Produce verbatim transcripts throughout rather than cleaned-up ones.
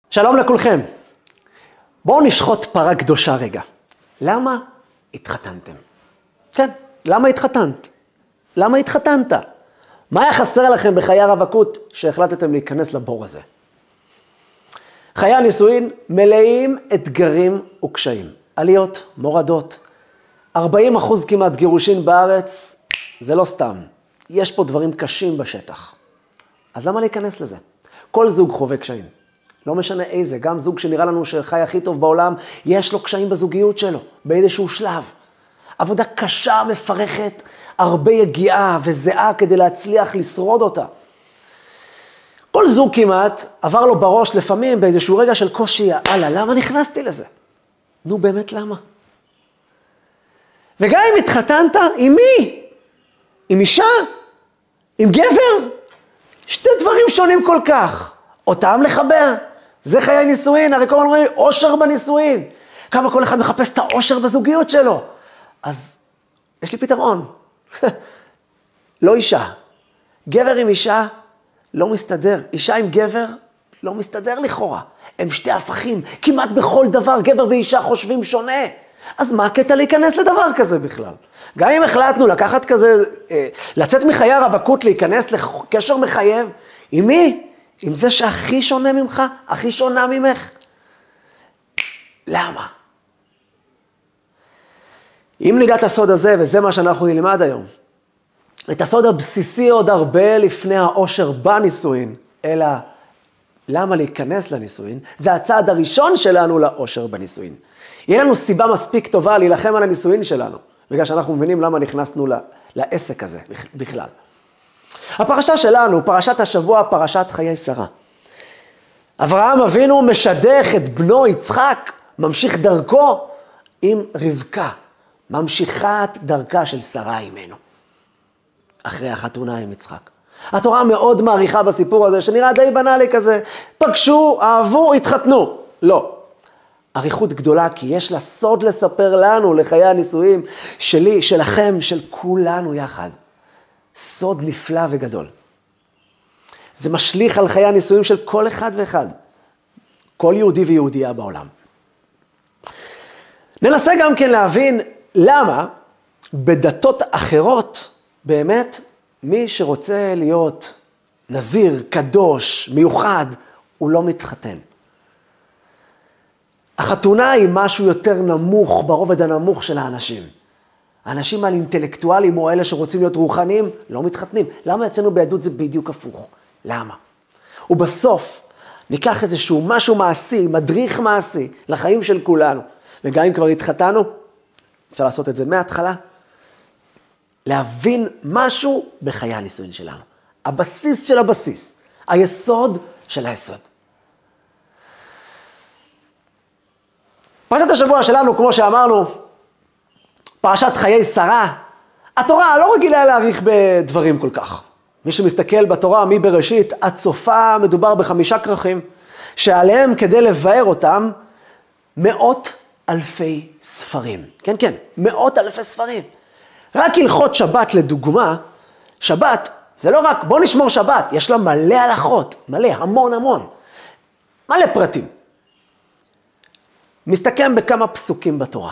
שלום לכולכם. בואו נשחוט פרה קדושה רגע. למה התחתנתם? כן, למה התחתנת? למה התחתנת? מה היה חסר לכם בחיי הרווקות שהחלטתם להיכנס לבור הזה? חיי הנישואין מלאים אתגרים וקשיים. עליות, מורדות. ארבעים אחוז כמעט גירושין בארץ, זה לא סתם. יש פה דברים קשים בשטח. אז למה להיכנס לזה? כל זוג חווה קשיים. לא משנה איזה, גם זוג שנראה לנו שחי הכי טוב בעולם, יש לו קשיים בזוגיות שלו, באיזשהו שלב. עבודה קשה, מפרכת, הרבה יגיעה וזיעה כדי להצליח לשרוד אותה. כל זוג כמעט עבר לו בראש לפעמים באיזשהו רגע של קושי, הלאה, למה נכנסתי לזה? נו באמת למה? וגם אם התחתנת, עם מי? עם אישה? עם גבר? שתי דברים שונים כל כך. אותם לחבר. זה חיי נישואין, הרי כל הזמן אומרים לי, אושר בנישואין. כמה כל אחד מחפש את האושר בזוגיות שלו. אז יש לי פתרון. לא אישה. גבר עם אישה לא מסתדר. אישה עם גבר לא מסתדר לכאורה. הם שתי הפכים. כמעט בכל דבר גבר ואישה חושבים שונה. אז מה הקטע להיכנס לדבר כזה בכלל? גם אם החלטנו לקחת כזה, לצאת מחיי הרווקות, להיכנס לקשר מחייב, עם מי? עם זה שהכי שונה ממך, הכי שונה ממך. למה? אם נדע את הסוד הזה, וזה מה שאנחנו נלמד היום, את הסוד הבסיסי עוד הרבה לפני האושר בנישואין, אלא למה להיכנס לנישואין, זה הצעד הראשון שלנו לאושר בנישואין. יהיה לנו סיבה מספיק טובה להילחם על הנישואין שלנו, בגלל שאנחנו מבינים למה נכנסנו לעסק הזה בכלל. הפרשה שלנו, פרשת השבוע, פרשת חיי שרה. אברהם אבינו משדך את בנו יצחק, ממשיך דרכו עם רבקה, ממשיכת דרכה של שרה אימנו, אחרי החתונה עם יצחק. התורה מאוד מעריכה בסיפור הזה, שנראה די בנאלי כזה, פגשו, אהבו, התחתנו. לא. עריכות גדולה, כי יש לה סוד לספר לנו, לחיי הנישואים שלי, שלכם, של כולנו יחד. סוד נפלא וגדול. זה משליך על חיי הנישואים של כל אחד ואחד. כל יהודי ויהודייה בעולם. ננסה גם כן להבין למה בדתות אחרות, באמת, מי שרוצה להיות נזיר, קדוש, מיוחד, הוא לא מתחתן. החתונה היא משהו יותר נמוך, ברובד הנמוך של האנשים. האנשים על אינטלקטואלים או אלה שרוצים להיות רוחניים, לא מתחתנים. למה אצלנו ביהדות זה בדיוק הפוך? למה? ובסוף ניקח איזשהו משהו מעשי, מדריך מעשי, לחיים של כולנו. וגם אם כבר התחתנו, אפשר לעשות את זה מההתחלה, להבין משהו בחיי הנישואין שלנו. הבסיס של הבסיס, היסוד של היסוד. פרשת השבוע שלנו, כמו שאמרנו, פרשת חיי שרה, התורה לא רגילה להאריך בדברים כל כך. מי שמסתכל בתורה מבראשית, עד סופה מדובר בחמישה כרכים, שעליהם כדי לבאר אותם מאות אלפי ספרים. כן, כן, מאות אלפי ספרים. רק הלכות שבת לדוגמה, שבת זה לא רק בוא נשמור שבת, יש לה מלא הלכות, מלא, המון המון, מלא פרטים. מסתכם בכמה פסוקים בתורה.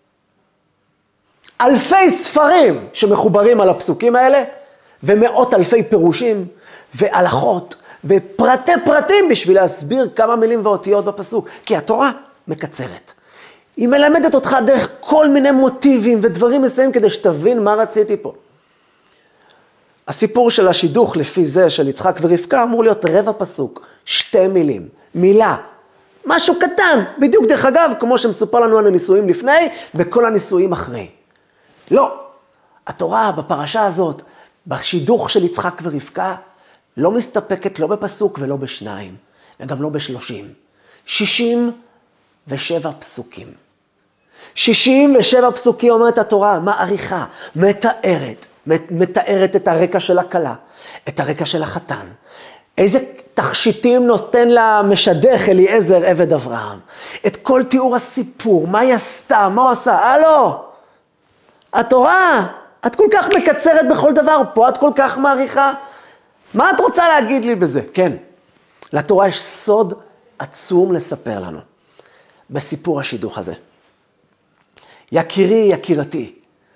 אלפי ספרים שמחוברים על הפסוקים האלה, ומאות אלפי פירושים והלכות ופרטי פרטים בשביל להסביר כמה מילים ואותיות בפסוק. כי התורה מקצרת. היא מלמדת אותך דרך כל מיני מוטיבים ודברים מסוימים כדי שתבין מה רציתי פה. הסיפור של השידוך לפי זה של יצחק ורבקה אמור להיות רבע פסוק, שתי מילים, מילה. משהו קטן, בדיוק דרך אגב, כמו שמסופר לנו על הנישואים לפני, וכל הנישואים אחרי. לא, התורה בפרשה הזאת, בשידוך של יצחק ורבקה, לא מסתפקת לא בפסוק ולא בשניים, וגם לא בשלושים. שישים ושבע פסוקים. שישים ושבע פסוקים אומרת התורה, מעריכה, מתארת, מתארת את הרקע של הכלה, את הרקע של החתן, איזה תכשיטים נותן לה משדך אליעזר עבד אברהם. את כל תיאור הסיפור, מה היא עשתה, מה הוא עשה, הלו, התורה, את כל כך מקצרת בכל דבר, פה את כל כך מעריכה. מה את רוצה להגיד לי בזה? כן, לתורה יש סוד עצום לספר לנו בסיפור השידוך הזה. יקירי, יקירתי,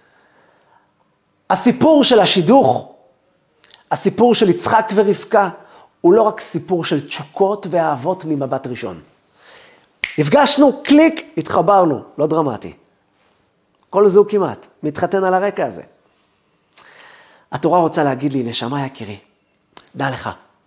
הסיפור של השידוך, הסיפור של יצחק ורבקה, הוא לא רק סיפור של תשוקות ואהבות ממבט ראשון. נפגשנו, קליק, התחברנו, לא דרמטי. כל זוג כמעט, מתחתן על הרקע הזה. התורה רוצה להגיד לי, נשמה יקירי, דע לך,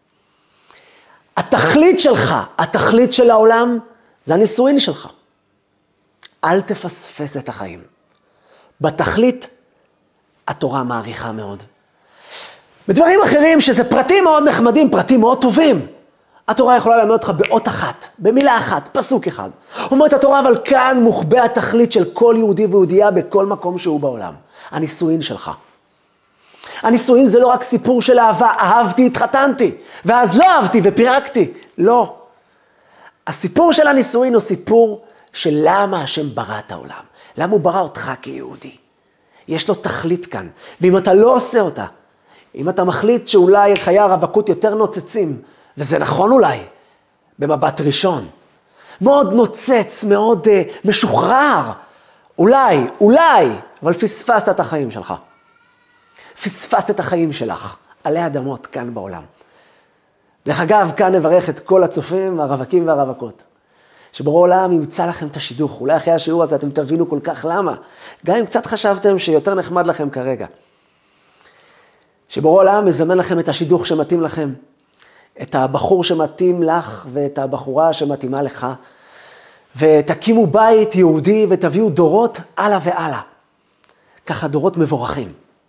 התכלית שלך, התכלית של העולם, זה הנישואין שלך. אל תפספס את החיים. בתכלית, התורה מעריכה מאוד. בדברים אחרים, שזה פרטים מאוד נחמדים, פרטים מאוד טובים, התורה יכולה ללמד אותך באות אחת, במילה אחת, פסוק אחד. אומרת התורה, אבל כאן מוחבא התכלית של כל יהודי ויהודייה בכל מקום שהוא בעולם. הנישואין שלך. הנישואין זה לא רק סיפור של אהבה, אהבתי, התחתנתי, ואז לא אהבתי ופירקתי. לא. הסיפור של הנישואין הוא סיפור של למה השם ברא את העולם. למה הוא ברא אותך כיהודי. יש לו תכלית כאן, ואם אתה לא עושה אותה, אם אתה מחליט שאולי חיי הרווקות יותר נוצצים, וזה נכון אולי, במבט ראשון, מאוד נוצץ, מאוד uh, משוחרר, אולי, אולי, אבל פספסת את החיים שלך. פספסת את החיים שלך, עלי אדמות כאן בעולם. דרך אגב, כאן נברך את כל הצופים, הרווקים והרווקות. שבורא עולם ימצא לכם את השידוך, אולי אחרי השיעור הזה אתם תבינו כל כך למה. גם אם קצת חשבתם שיותר נחמד לכם כרגע. שבורא עולם מזמן לכם את השידוך שמתאים לכם. את הבחור שמתאים לך ואת הבחורה שמתאימה לך. ותקימו בית יהודי ותביאו דורות הלאה והלאה. ככה דורות מבורכים.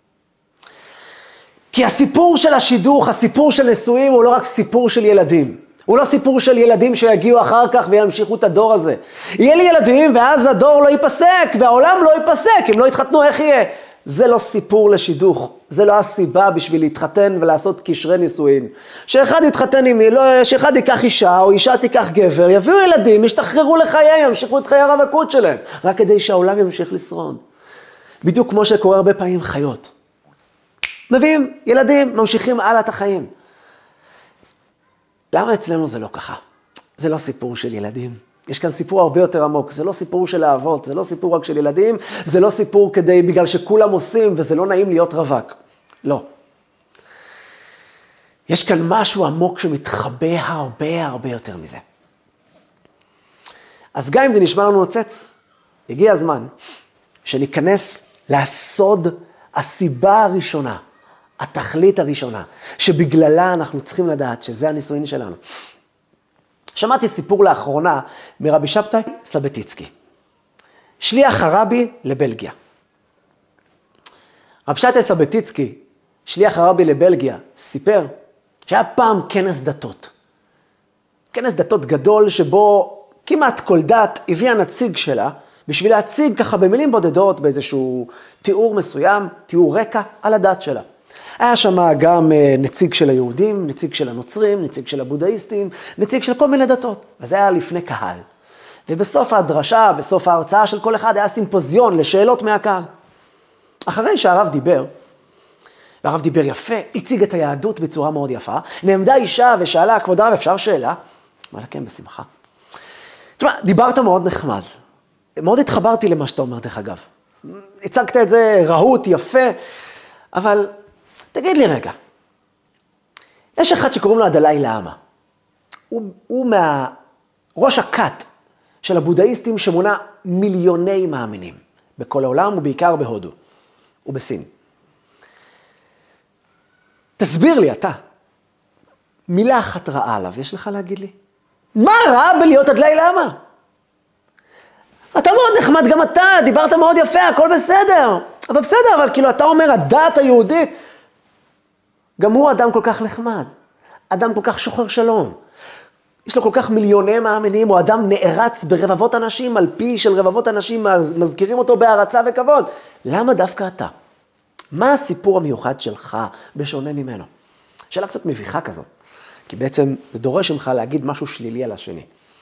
כי הסיפור של השידוך, הסיפור של נישואים הוא לא רק סיפור של ילדים. הוא לא סיפור של ילדים שיגיעו אחר כך וימשיכו את הדור הזה. יהיה לי ילדים ואז הדור לא ייפסק והעולם לא ייפסק. אם לא יתחתנו איך יהיה? זה לא סיפור לשידוך. זה לא הסיבה בשביל להתחתן ולעשות קשרי נישואין. שאחד יתחתן עם מי, לא, שאחד ייקח אישה או אישה תיקח גבר, יביאו ילדים, ישתחררו לחייהם, ימשיכו את חיי הרווקות שלהם. רק כדי שהעולם ימשיך לשרוד. בדיוק כמו שקורה הרבה פעמים חיות. מביאים ילדים, ממשיכים הלאה את החיים. למה אצלנו זה לא ככה? זה לא סיפור של ילדים. יש כאן סיפור הרבה יותר עמוק. זה לא סיפור של אהבות, זה לא סיפור רק של ילדים, זה לא סיפור כדי, בגלל שכולם עושים וזה לא נעים להיות רווק. לא. יש כאן משהו עמוק שמתחבא הרבה הרבה יותר מזה. אז גם אם זה נשמע לנו נוצץ, הגיע הזמן שניכנס לסוד הסיבה הראשונה, התכלית הראשונה, שבגללה אנחנו צריכים לדעת שזה הנישואין שלנו. שמעתי סיפור לאחרונה מרבי שבתאי סלבטיצקי. שליח הרבי לבלגיה. רבי שבתאי סלבטיצקי, שליח הרבי לבלגיה, סיפר שהיה פעם כנס דתות. כנס דתות גדול שבו כמעט כל דת הביאה נציג שלה, בשביל להציג ככה במילים בודדות באיזשהו תיאור מסוים, תיאור רקע על הדת שלה. היה שם גם נציג של היהודים, נציג של הנוצרים, נציג של הבודהיסטים, נציג של כל מיני דתות. וזה היה לפני קהל. ובסוף הדרשה, בסוף ההרצאה של כל אחד, היה סימפוזיון לשאלות מהקהל. אחרי שהרב דיבר, והרב דיבר יפה, הציג את היהדות בצורה מאוד יפה, נעמדה אישה ושאלה, כבוד הרב, אפשר שאלה? אמר לה, כן, בשמחה. תשמע, דיברת מאוד נחמד. מאוד התחברתי למה שאתה אומר, דרך אגב. הצגת את זה רהוט, יפה, אבל תגיד לי רגע, יש אחד שקוראים לו הדלאי לאמה. הוא, הוא מהראש הכת של הבודהיסטים שמונה מיליוני מאמינים בכל העולם ובעיקר בהודו ובסין. תסביר לי אתה, מילה אחת רעה עליו, יש לך להגיד לי? מה רע בלהיות הדלאי לאמה? אתה מאוד נחמד, גם אתה, דיברת מאוד יפה, הכל בסדר. אבל בסדר, אבל כאילו אתה אומר, הדת היהודית, גם הוא אדם כל כך נחמד, אדם כל כך שוחר שלום. יש לו כל כך מיליוני מאמינים, הוא אדם נערץ ברבבות אנשים, על פי של רבבות אנשים מזכירים אותו בהערצה וכבוד. למה דווקא אתה? מה הסיפור המיוחד שלך בשונה ממנו? שאלה קצת מביכה כזאת, כי בעצם זה דורש ממך להגיד משהו שלילי על השני.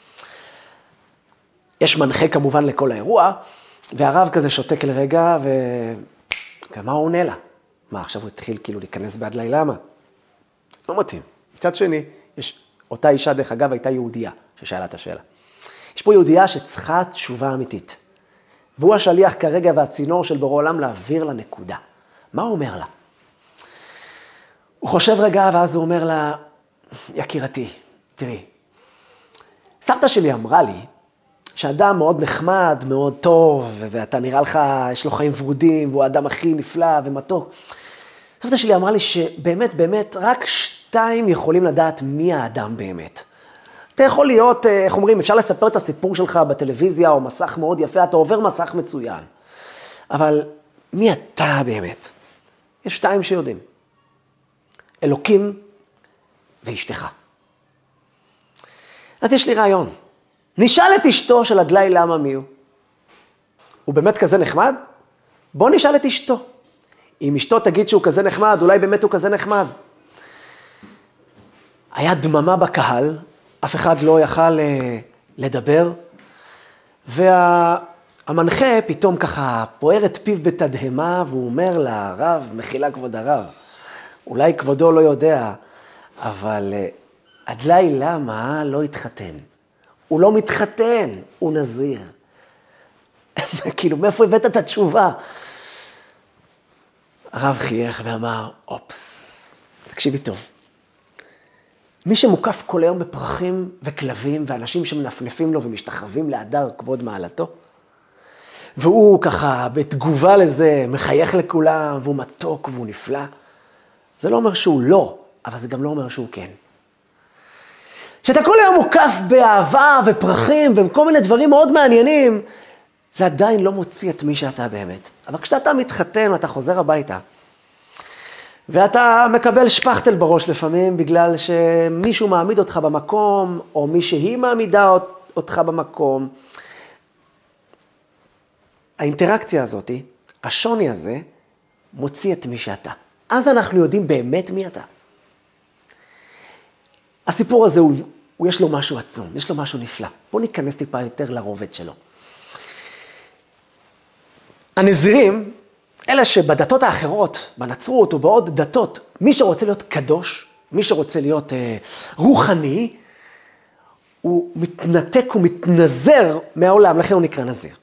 יש מנחה כמובן לכל האירוע, והרב כזה שותק לרגע, ומה הוא עונה לה? מה, עכשיו הוא התחיל כאילו להיכנס בעד לילה, מה? לא מתאים. מצד שני, יש אותה אישה, דרך אגב, הייתה יהודייה, ששאלה את השאלה. יש פה יהודייה שצריכה תשובה אמיתית. והוא השליח כרגע והצינור של בורא עולם להעביר לנקודה. מה הוא אומר לה? הוא חושב רגע ואז הוא אומר לה, יקירתי, תראי, סבתא שלי אמרה לי, שאדם מאוד נחמד, מאוד טוב, ואתה נראה לך, יש לו חיים ורודים, והוא האדם הכי נפלא ומתוק. סבתא שלי אמרה לי שבאמת, באמת, רק שתיים יכולים לדעת מי האדם באמת. אתה יכול להיות, איך אומרים, אפשר לספר את הסיפור שלך בטלוויזיה, או מסך מאוד יפה, אתה עובר מסך מצוין. אבל מי אתה באמת? יש שתיים שיודעים. אלוקים ואשתך. אז יש לי רעיון. נשאל את אשתו של הדלי למה מי הוא. הוא באמת כזה נחמד? בוא נשאל את אשתו. אם אשתו תגיד שהוא כזה נחמד, אולי באמת הוא כזה נחמד. היה דממה בקהל, אף אחד לא יכל לדבר, והמנחה פתאום ככה פוער את פיו בתדהמה, והוא אומר לרב, מחילה כבוד הרב, אולי כבודו לא יודע, אבל הדלי למה לא התחתן? הוא לא מתחתן, הוא נזיר. כאילו, מאיפה הבאת את התשובה? הרב חייך ואמר, אופס, תקשיבי טוב. מי שמוקף כל היום בפרחים וכלבים, ואנשים שמנפנפים לו ומשתחווים להדר כבוד מעלתו, והוא ככה בתגובה לזה מחייך לכולם, והוא מתוק והוא נפלא, זה לא אומר שהוא לא, אבל זה גם לא אומר שהוא כן. שאתה כל היום מוקף באהבה ופרחים וכל מיני דברים מאוד מעניינים, זה עדיין לא מוציא את מי שאתה באמת. אבל כשאתה מתחתן ואתה חוזר הביתה, ואתה מקבל שפכטל בראש לפעמים, בגלל שמישהו מעמיד אותך במקום, או מי שהיא מעמידה אותך במקום, האינטראקציה הזאת, השוני הזה, מוציא את מי שאתה. אז אנחנו יודעים באמת מי אתה. הסיפור הזה, הוא, הוא יש לו משהו עצום, יש לו משהו נפלא. בואו ניכנס טיפה יותר לרובד שלו. הנזירים, אלה שבדתות האחרות, בנצרות ובעוד דתות, מי שרוצה להיות קדוש, מי שרוצה להיות אה, רוחני, הוא מתנתק ומתנזר מהעולם, לכן הוא נקרא נזיר.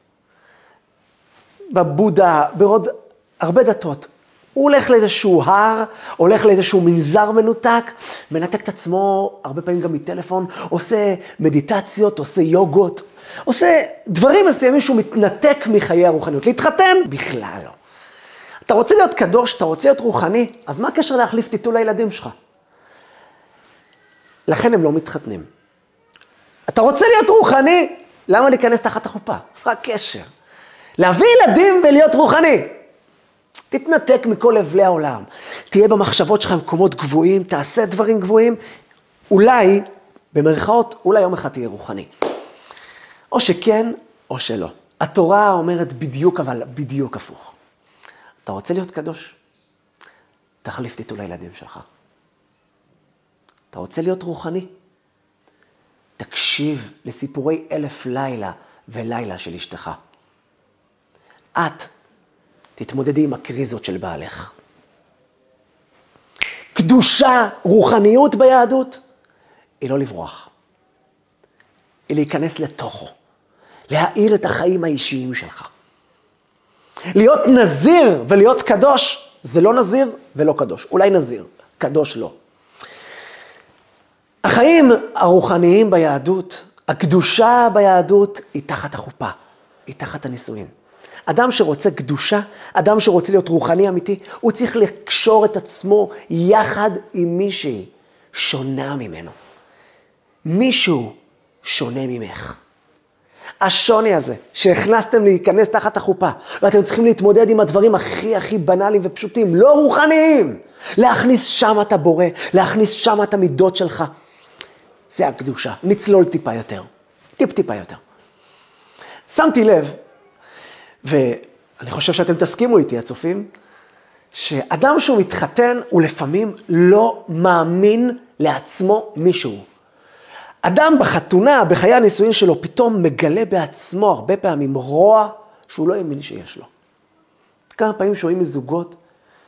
בבודה, בעוד הרבה דתות, הוא הולך לאיזשהו הר, הולך לאיזשהו מנזר מנותק, מנתק את עצמו הרבה פעמים גם מטלפון, עושה מדיטציות, עושה יוגות, עושה דברים מסוימים שהוא מתנתק מחיי הרוחניות. להתחתן? בכלל לא. אתה רוצה להיות קדוש, אתה רוצה להיות רוחני, אז מה הקשר להחליף טיטול לילדים שלך? לכן הם לא מתחתנים. אתה רוצה להיות רוחני? למה להיכנס תחת החופה? מה הקשר? להביא ילדים ולהיות רוחני. תתנתק מכל הבלי העולם. תהיה במחשבות שלך במקומות גבוהים, תעשה דברים גבוהים. אולי, במרכאות, אולי יום אחד תהיה רוחני. או שכן, או שלא. התורה אומרת בדיוק, אבל בדיוק הפוך. אתה רוצה להיות קדוש? תחליף טיטול לילדים שלך. אתה רוצה להיות רוחני? תקשיב לסיפורי אלף לילה ולילה של אשתך. את תתמודדי עם הקריזות של בעלך. קדושה, רוחניות ביהדות, היא לא לברוח. היא להיכנס לתוכו. להאיר את החיים האישיים שלך. להיות נזיר ולהיות קדוש, זה לא נזיר ולא קדוש. אולי נזיר, קדוש לא. החיים הרוחניים ביהדות, הקדושה ביהדות, היא תחת החופה, היא תחת הנישואין. אדם שרוצה קדושה, אדם שרוצה להיות רוחני אמיתי, הוא צריך לקשור את עצמו יחד עם מישהי שונה ממנו. מישהו שונה ממך. השוני הזה שהכנסתם להיכנס תחת החופה, ואתם צריכים להתמודד עם הדברים הכי הכי בנאליים ופשוטים, לא רוחניים. להכניס שם את הבורא, להכניס שם את המידות שלך. זה הקדושה. נצלול טיפה יותר. טיפ טיפה יותר. שמתי לב, ואני חושב שאתם תסכימו איתי, הצופים, שאדם שהוא מתחתן, הוא לפעמים לא מאמין לעצמו מישהו. אדם בחתונה, בחיי הנישואין שלו, פתאום מגלה בעצמו הרבה פעמים רוע שהוא לא האמין שיש לו. כמה פעמים שומעים מזוגות,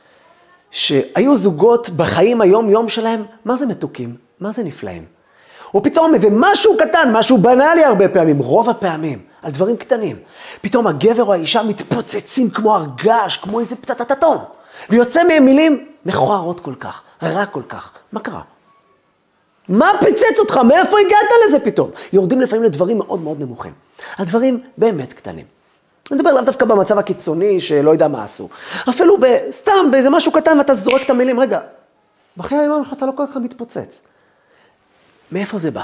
שהיו זוגות בחיים היום יום שלהם, מה זה מתוקים? מה זה נפלאים? או פתאום איזה משהו קטן, משהו בנאלי הרבה פעמים, רוב הפעמים, על דברים קטנים. פתאום הגבר או האישה מתפוצצים כמו הרגש, כמו איזה פצצת אטום. ויוצא מהם מילים מכוערות כל כך, רע כל כך. מה קרה? מה פיצץ אותך? מאיפה הגעת לזה פתאום? יורדים לפעמים לדברים מאוד מאוד נמוכים. על דברים באמת קטנים. אני מדבר לאו דווקא במצב הקיצוני שלא יודע מה עשו. אפילו סתם באיזה משהו קטן ואתה זורק את המילים, רגע, בחיי היום אתה לא כל כך מתפוצץ. מאיפה זה בא?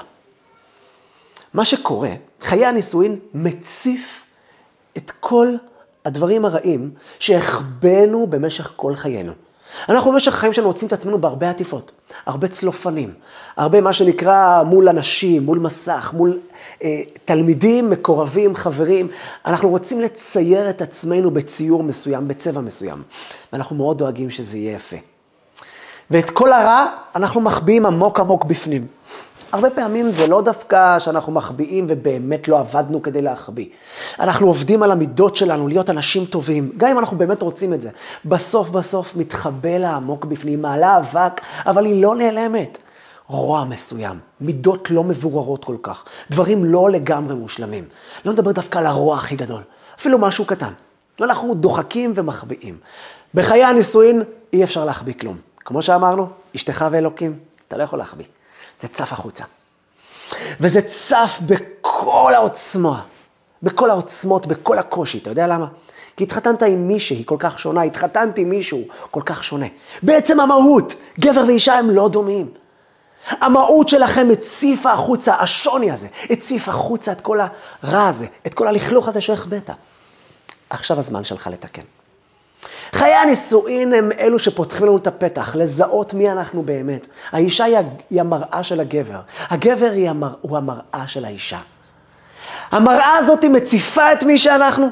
מה שקורה, חיי הנישואין מציף את כל הדברים הרעים שהחבאנו במשך כל חיינו. אנחנו במשך החיים שלנו עוטפים את עצמנו בהרבה עטיפות, הרבה צלופנים, הרבה מה שנקרא מול אנשים, מול מסך, מול אה, תלמידים, מקורבים, חברים. אנחנו רוצים לצייר את עצמנו בציור מסוים, בצבע מסוים. ואנחנו מאוד דואגים שזה יהיה יפה. ואת כל הרע אנחנו מחביאים עמוק עמוק בפנים. הרבה פעמים זה לא דווקא שאנחנו מחביאים ובאמת לא עבדנו כדי להחביא. אנחנו עובדים על המידות שלנו, להיות אנשים טובים, גם אם אנחנו באמת רוצים את זה. בסוף בסוף מתחבא לה עמוק בפנים, מעלה אבק, אבל היא לא נעלמת. רוע מסוים, מידות לא מבוררות כל כך, דברים לא לגמרי מושלמים. לא נדבר דווקא על הרוע הכי גדול, אפילו משהו קטן. אנחנו דוחקים ומחביאים. בחיי הנישואין אי אפשר להחביא כלום. כמו שאמרנו, אשתך ואלוקים, אתה לא יכול להחביא. זה צף החוצה. וזה צף בכל העוצמה, בכל העוצמות, בכל הקושי. אתה יודע למה? כי התחתנת עם מישהי כל כך שונה, התחתנתי עם מישהו כל כך שונה. בעצם המהות, גבר ואישה הם לא דומים. המהות שלכם הציפה החוצה, השוני הזה, הציפה החוצה את כל הרע הזה, את כל הלכלוך הזה שהחבאת. עכשיו הזמן שלך לתקן. חיי הנישואין הם אלו שפותחים לנו את הפתח, לזהות מי אנחנו באמת. האישה היא, היא המראה של הגבר. הגבר היא המר, הוא המראה של האישה. המראה הזאת היא מציפה את מי שאנחנו,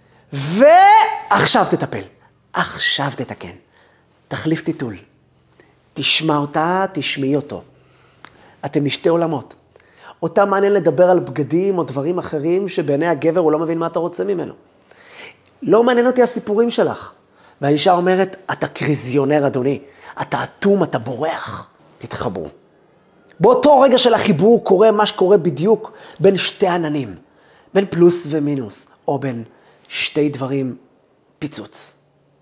ועכשיו תטפל. עכשיו תתקן. תחליף טיטול. תשמע אותה, תשמעי אותו. אתם משתי עולמות. אותה מעניין לדבר על בגדים או דברים אחרים שבעיני הגבר הוא לא מבין מה אתה רוצה ממנו. לא מעניין אותי הסיפורים שלך. והאישה אומרת, אתה קריזיונר אדוני, אתה אטום, אתה בורח, תתחברו. באותו רגע של החיבור קורה מה שקורה בדיוק בין שתי עננים, בין פלוס ומינוס, או בין שתי דברים פיצוץ.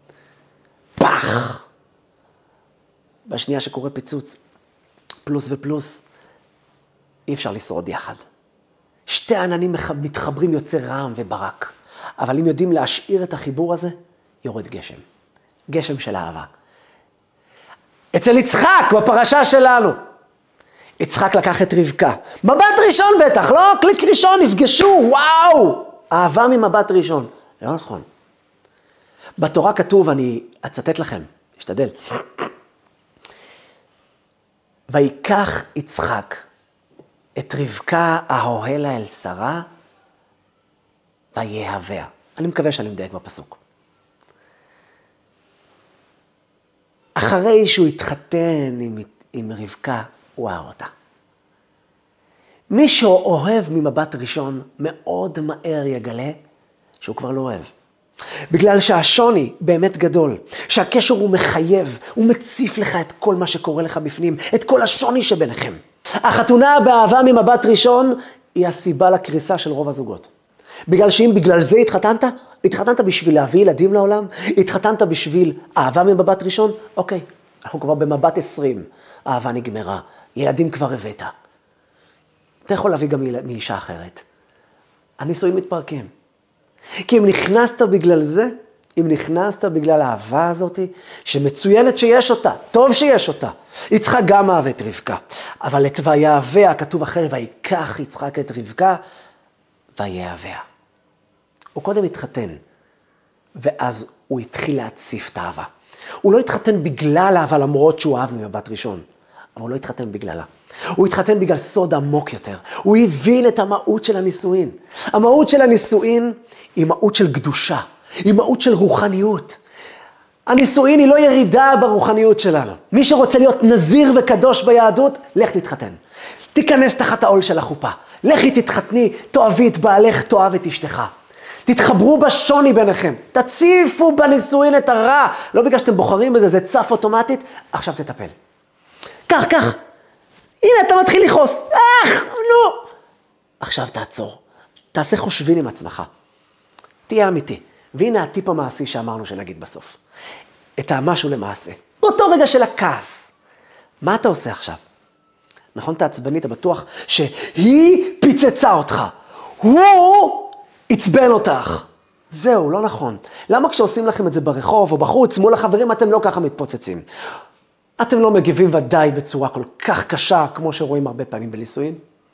פח! בשנייה שקורה פיצוץ, פלוס ופלוס, אי אפשר לשרוד יחד. שתי עננים מתחברים יוצא רעם וברק, אבל אם יודעים להשאיר את החיבור הזה, יורד גשם. גשם של אהבה. אצל יצחק, בפרשה שלנו. יצחק לקח את רבקה. מבט ראשון בטח, לא? קליק ראשון, נפגשו, וואו! אהבה ממבט ראשון. לא נכון. בתורה כתוב, אני אצטט לכם, אשתדל. ויקח יצחק את רבקה האוהלה אל שרה, ויהביה. אני מקווה שאני מדייק בפסוק. אחרי שהוא התחתן עם, עם רבקה, הוא אהב אותה. מי שאוהב ממבט ראשון, מאוד מהר יגלה שהוא כבר לא אוהב. בגלל שהשוני באמת גדול, שהקשר הוא מחייב, הוא מציף לך את כל מה שקורה לך בפנים, את כל השוני שביניכם. החתונה באהבה ממבט ראשון, היא הסיבה לקריסה של רוב הזוגות. בגלל שאם בגלל זה התחתנת, התחתנת בשביל להביא ילדים לעולם, התחתנת בשביל אהבה ממבט ראשון, אוקיי, אנחנו כבר במבט עשרים, אהבה נגמרה, ילדים כבר הבאת. אתה יכול להביא גם מאישה אחרת. הנישואים מתפרקים. כי אם נכנסת בגלל זה, אם נכנסת בגלל האהבה הזאת, שמצוינת שיש אותה, טוב שיש אותה. יצחק גם אהב את רבקה, אבל את ויהביה, כתוב אחר, ויקח יצחק את רבקה, ויהביה. הוא קודם התחתן, ואז הוא התחיל להציף את האהבה. הוא לא התחתן בגלל האהבה, למרות שהוא אהב ממבט ראשון, אבל הוא לא התחתן בגללה. הוא התחתן בגלל סוד עמוק יותר. הוא הבין את המהות של הנישואין. המהות של הנישואין היא מהות של קדושה, היא מהות של רוחניות. הנישואין היא לא ירידה ברוחניות שלנו. מי שרוצה להיות נזיר וקדוש ביהדות, לך תתחתן. תיכנס תחת העול של החופה. לכי תתחתני, תאהבי את בעלך, תאהב את אשתך. תתחברו בשוני ביניכם. תציפו בנישואין את הרע. לא בגלל שאתם בוחרים בזה, זה צף אוטומטית. עכשיו תטפל. כך, כך. הנה, אתה מתחיל לכעוס. אך, נו. עכשיו תעצור. תעשה חושבים עם עצמך. תהיה אמיתי. והנה הטיפ המעשי שאמרנו שנגיד בסוף. את המשהו למעשה. באותו רגע של הכעס. מה אתה עושה עכשיו? נכון, אתה עצבני, אתה בטוח שהיא פיצצה אותך. הוא עצבן אותך. זהו, לא נכון. למה כשעושים לכם את זה ברחוב או בחוץ, מול החברים, אתם לא ככה מתפוצצים? אתם לא מגיבים ודאי בצורה כל כך קשה, כמו שרואים הרבה פעמים בנישואין?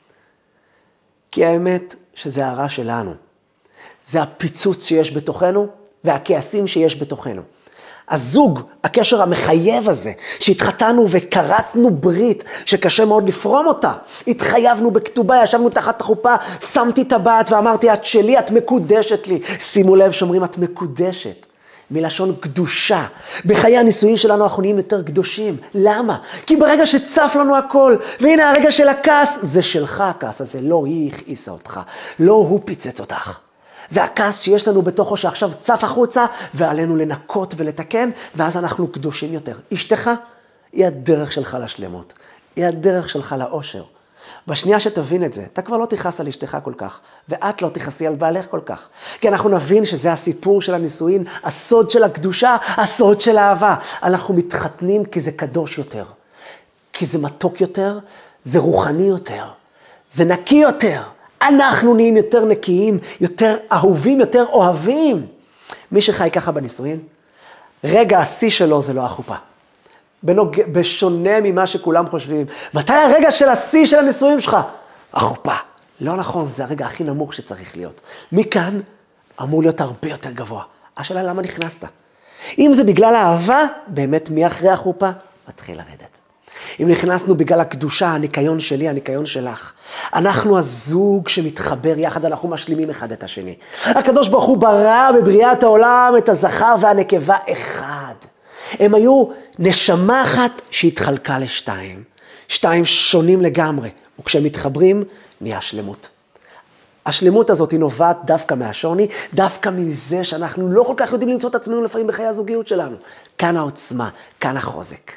כי האמת שזה הרע שלנו. זה הפיצוץ שיש בתוכנו והכעסים שיש בתוכנו. הזוג, הקשר המחייב הזה, שהתחתנו וקרתנו ברית, שקשה מאוד לפרום אותה. התחייבנו בכתובה, ישבנו תחת החופה, שמתי טבעת ואמרתי, את שלי, את מקודשת לי. שימו לב שאומרים, את מקודשת. מלשון קדושה. בחיי הנישואין שלנו אנחנו נהיים יותר קדושים. למה? כי ברגע שצף לנו הכל, והנה הרגע של הכעס, זה שלך הכעס הזה, לא היא הכעיסה אותך, לא הוא פיצץ אותך. זה הכעס שיש לנו בתוכו שעכשיו צף החוצה, ועלינו לנקות ולתקן, ואז אנחנו קדושים יותר. אשתך היא הדרך שלך לשלמות, היא הדרך שלך לאושר. בשנייה שתבין את זה, אתה כבר לא תכעס על אשתך כל כך, ואת לא תכעסי על בעלך כל כך. כי אנחנו נבין שזה הסיפור של הנישואין, הסוד של הקדושה, הסוד של האהבה. אנחנו מתחתנים כי זה קדוש יותר, כי זה מתוק יותר, זה רוחני יותר, זה נקי יותר. אנחנו נהיים יותר נקיים, יותר אהובים, יותר אוהבים. מי שחי ככה בנישואין, רגע השיא שלו זה לא החופה. בנוג... בשונה ממה שכולם חושבים. מתי הרגע של השיא של הנישואים שלך? החופה. לא נכון, זה הרגע הכי נמוך שצריך להיות. מכאן אמור להיות הרבה יותר גבוה. השאלה למה נכנסת? אם זה בגלל האהבה, באמת מי אחרי החופה? מתחיל לרדת. אם נכנסנו בגלל הקדושה, הניקיון שלי, הניקיון שלך. אנחנו הזוג שמתחבר יחד, אנחנו משלימים אחד את השני. הקדוש ברוך הוא ברא בבריאת העולם את הזכר והנקבה אחד. הם היו נשמה אחת שהתחלקה לשתיים. שתיים שונים לגמרי, וכשהם מתחברים, נהיה שלמות. השלמות הזאת היא נובעת דווקא מהשוני, דווקא מזה שאנחנו לא כל כך יודעים למצוא את עצמנו לפעמים בחיי הזוגיות שלנו. כאן העוצמה, כאן החוזק.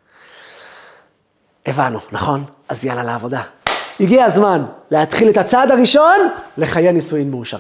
הבנו, נכון? אז יאללה לעבודה. הגיע הזמן להתחיל את הצעד הראשון לחיי נישואין מאושרים.